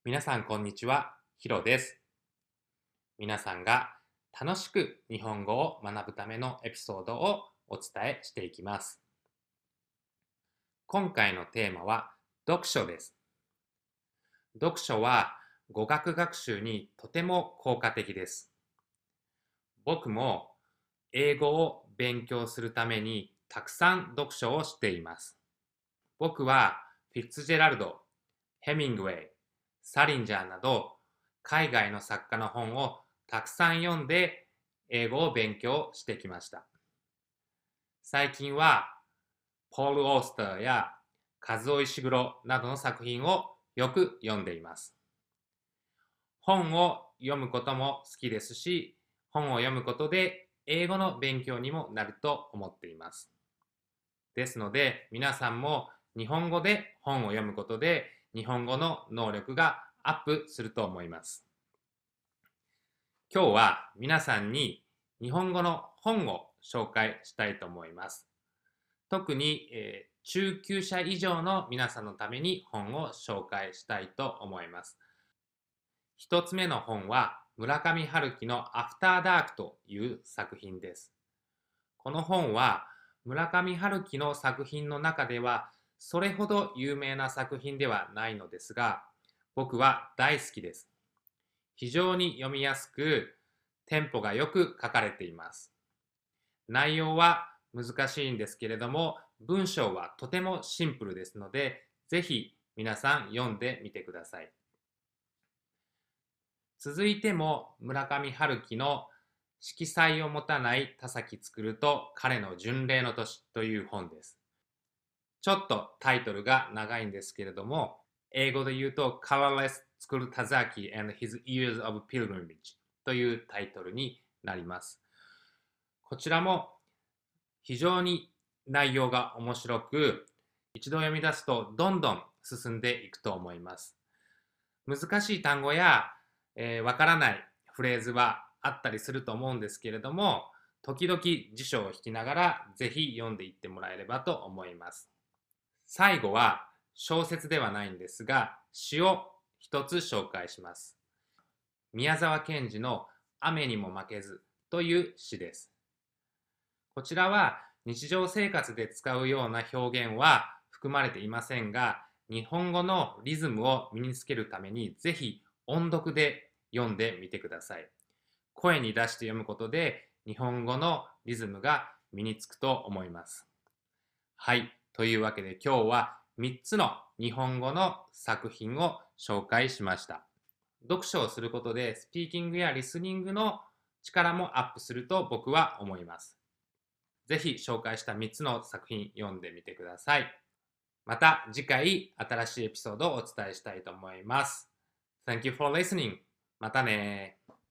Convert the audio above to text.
皆さんこんにちは、ヒロです。皆さんが楽しく日本語を学ぶためのエピソードをお伝えしていきます。今回のテーマは読書です。読書は語学学習にとても効果的です。僕も英語を勉強するためにたくさん読書をしています。僕はフィッツジェラルド、ヘミングウェイ、サリンジャーなど海外の作家の本をたくさん読んで英語を勉強してきました。最近はポール・オースターやカズオ・イシグロなどの作品をよく読んでいます。本を読むことも好きですし、本を読むことで英語の勉強にもなると思っています。ですので、皆さんも日本語で本を読むことで日本語の能力がアップすると思います。今日は皆さんに日本語の本を紹介したいと思います。特に、中級者以上の皆さんのために本を紹介したいと思います。一つ目の本は村上春樹のアフターダークという作品です。この本は村上春樹の作品の中ではそれほど有名な作品ではないのですが、僕は大好きです。非常に読みやすく、テンポがよく書かれています。内容は難しいんですけれども、文章はとてもシンプルですので、ぜひ皆さん読んでみてください。続いても村上春樹の色彩を持たない田崎作と彼の巡礼の年という本です。ちょっとタイトルが長いんですけれども、英語で言うと Colorless 作る田崎 and His Years of Pilgrimage というタイトルになります。こちらも非常に内容が面白く、一度読み出すとどんどん進んでいくと思います。難しい単語やわからないフレーズはあったりすると思うんですけれども、時々辞書を引きながらぜひ読んでいってもらえればと思います。最後は小説ではないんですが、詩を一つ紹介します。宮沢賢治の雨にも負けずという詩です。こちらは日常生活で使うような表現は含まれていませんが、日本語のリズムを身につけるためにぜひ音読で読んでみてください。声に出して読むことで日本語のリズムが身につくと思います。はい、というわけで今日は3つの日本語の作品を紹介しました。読書をすることでスピーキングやリスニングの力もアップすると僕は思います。ぜひ紹介した3つの作品読んでみてください。また次回新しいエピソードをお伝えしたいと思います。Thank you for listening. またね。